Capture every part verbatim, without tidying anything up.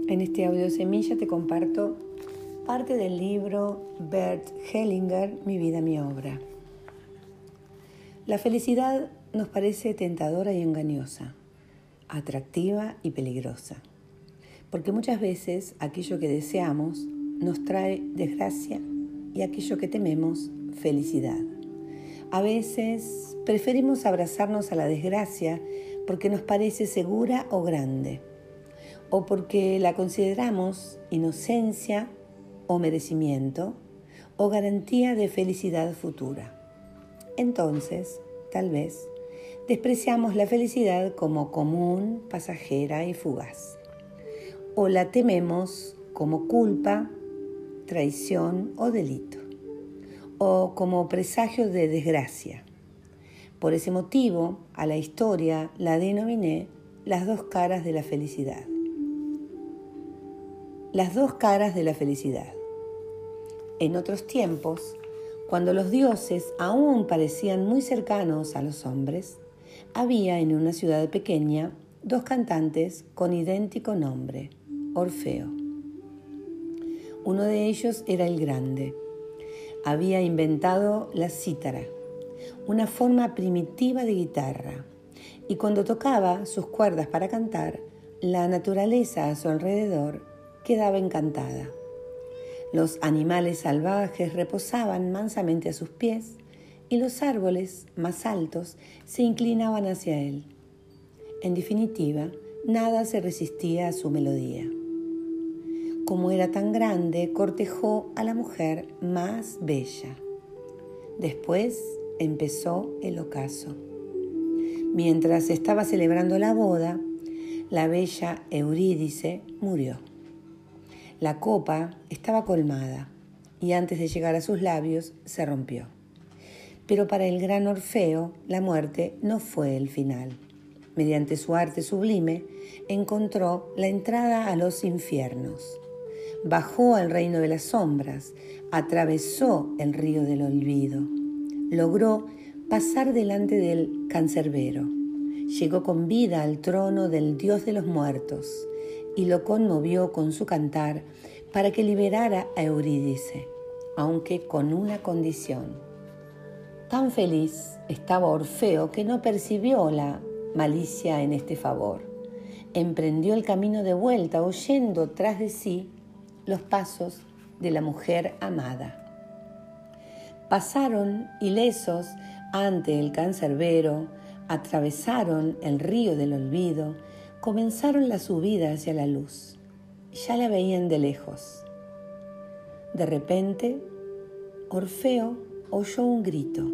En este audio semilla te comparto parte del libro Bert Hellinger, Mi vida, mi obra. La felicidad nos parece tentadora y engañosa, atractiva y peligrosa, porque muchas veces aquello que deseamos nos trae desgracia y aquello que tememos, felicidad. A veces preferimos abrazarnos a la desgracia porque nos parece segura o grande, o porque la consideramos inocencia o merecimiento, o garantía de felicidad futura. Entonces, tal vez, despreciamos la felicidad como común, pasajera y fugaz, o la tememos como culpa, traición o delito, o como presagio de desgracia. Por ese motivo, a la historia la denominé las dos caras de la felicidad. Las dos caras de la felicidad. En otros tiempos, cuando los dioses aún parecían muy cercanos a los hombres, había en una ciudad pequeña dos cantantes con idéntico nombre, Orfeo. Uno de ellos era el grande. Había inventado la cítara, una forma primitiva de guitarra, y cuando tocaba sus cuerdas para cantar, la naturaleza a su alrededor quedaba encantada. Los animales salvajes reposaban mansamente a sus pies y los árboles más altos se inclinaban hacia él. En definitiva, nada se resistía a su melodía. Como era tan grande, cortejó a la mujer más bella. Después empezó el ocaso. Mientras estaba celebrando la boda, la bella Eurídice murió. La copa estaba colmada y antes de llegar a sus labios se rompió. Pero para el gran Orfeo, la muerte no fue el final. Mediante su arte sublime, encontró la entrada a los infiernos. Bajó al reino de las sombras, atravesó el río del olvido. Logró pasar delante del cancerbero. Llegó con vida al trono del dios de los muertos y lo conmovió con su cantar para que liberara a Eurídice, aunque con una condición. Tan feliz estaba Orfeo que no percibió la malicia en este favor. Emprendió el camino de vuelta, oyendo tras de sí los pasos de la mujer amada. Pasaron ilesos ante el cancerbero, atravesaron el río del olvido, comenzaron la subida hacia la luz. Ya la veían de lejos. De repente, Orfeo oyó un grito.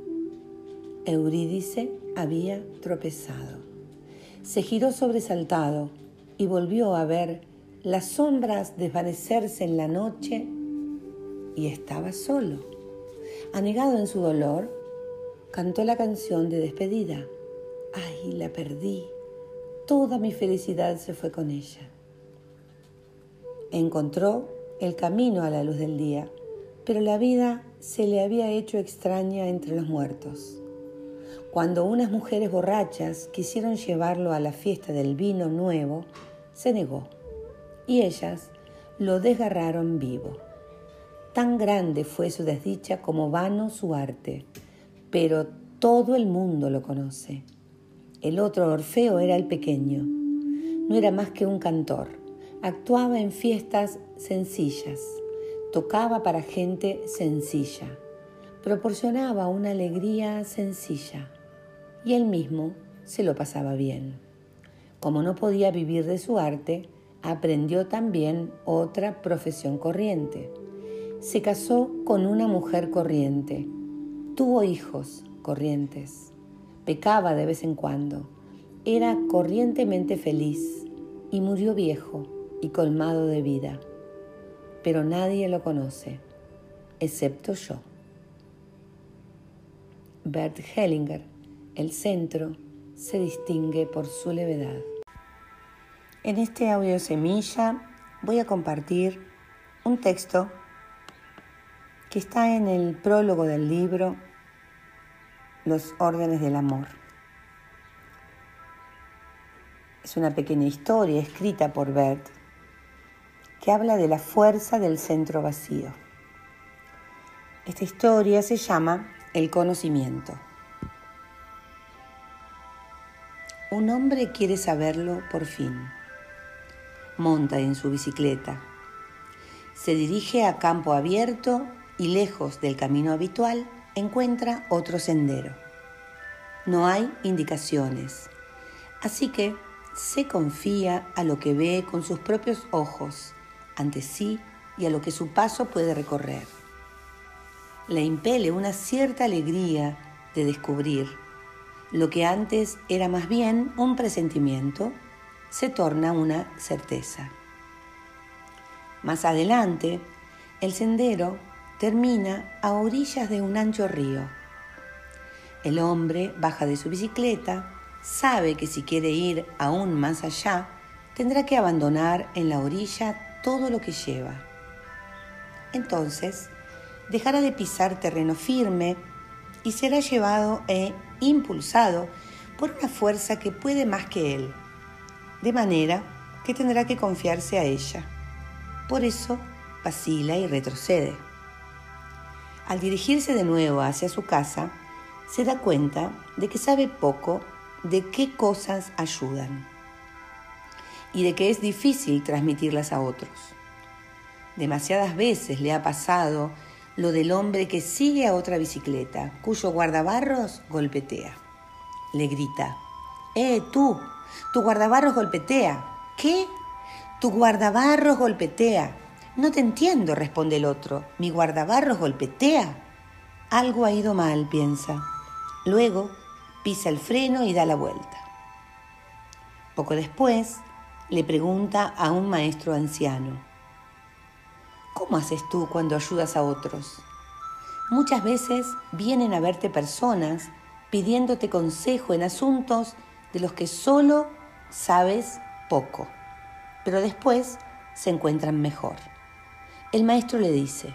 Eurídice había tropezado. Se giró sobresaltado y volvió a ver las sombras desvanecerse en la noche y estaba solo. Anegado en su dolor, cantó la canción de despedida. ¡Ay, la perdí! Toda mi felicidad se fue con ella. Encontró el camino a la luz del día, pero la vida se le había hecho extraña entre los muertos. Cuando unas mujeres borrachas quisieron llevarlo a la fiesta del vino nuevo, se negó, y ellas lo desgarraron vivo. Tan grande fue su desdicha como vano su arte, pero todo el mundo lo conoce. El otro Orfeo era el pequeño. No era más que un cantor. Actuaba en fiestas sencillas. Tocaba para gente sencilla. Proporcionaba una alegría sencilla. Y él mismo se lo pasaba bien. Como no podía vivir de su arte, aprendió también otra profesión corriente. Se casó con una mujer corriente. Tuvo hijos corrientes. Pecaba de vez en cuando. Era corrientemente feliz y murió viejo y colmado de vida. Pero nadie lo conoce, excepto yo. Bert Hellinger, el centro se distingue por su levedad. En este audio semilla voy a compartir un texto que está en el prólogo del libro Los órdenes del amor. Es una pequeña historia escrita por Bert que habla de la fuerza del centro vacío. Esta historia se llama El conocimiento. Un hombre quiere saberlo por fin. Monta en su bicicleta. Se dirige a campo abierto y lejos del camino habitual encuentra otro sendero. No hay indicaciones, así que se confía a lo que ve con sus propios ojos, ante sí y a lo que su paso puede recorrer. Le impele una cierta alegría de descubrir lo que antes era más bien un presentimiento, se torna una certeza. Más adelante, el sendero termina a orillas de un ancho río. El hombre baja de su bicicleta, sabe que si quiere ir aún más allá, tendrá que abandonar en la orilla todo lo que lleva. Entonces, dejará de pisar terreno firme y será llevado e impulsado por una fuerza que puede más que él, de manera que tendrá que confiarse a ella. Por eso vacila y retrocede. Al dirigirse de nuevo hacia su casa, se da cuenta de que sabe poco de qué cosas ayudan y de que es difícil transmitirlas a otros. Demasiadas veces le ha pasado lo del hombre que sigue a otra bicicleta, cuyo guardabarros golpetea. Le grita: ¡Eh, tú! ¡Tu guardabarros golpetea! ¿Qué? ¡Tu guardabarros golpetea! No te entiendo, responde el otro. ¿Mi guardabarros golpetea? Algo ha ido mal, piensa. Luego pisa el freno y da la vuelta. Poco después le pregunta a un maestro anciano: ¿cómo haces tú cuando ayudas a otros? Muchas veces vienen a verte personas pidiéndote consejo en asuntos de los que solo sabes poco, pero después se encuentran mejor. El maestro le dice: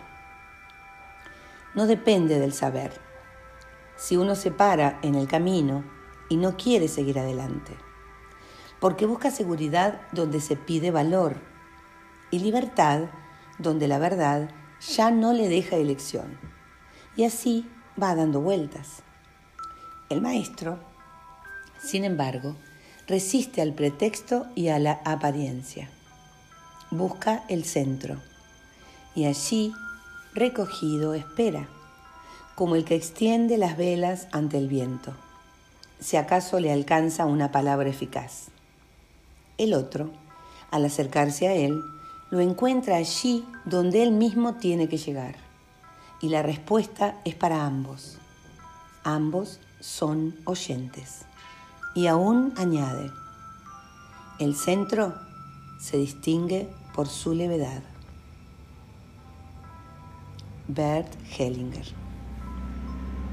no depende del saber. Si uno se para en el camino y no quiere seguir adelante, porque busca seguridad donde se pide valor y libertad donde la verdad ya no le deja elección, y así va dando vueltas. El maestro, sin embargo, resiste al pretexto y a la apariencia. Busca el centro y allí, recogido, espera, como el que extiende las velas ante el viento, si acaso le alcanza una palabra eficaz. El otro, al acercarse a él, lo encuentra allí donde él mismo tiene que llegar, y la respuesta es para ambos. Ambos son oyentes. Y aún añade: el centro se distingue por su levedad. Bert Hellinger.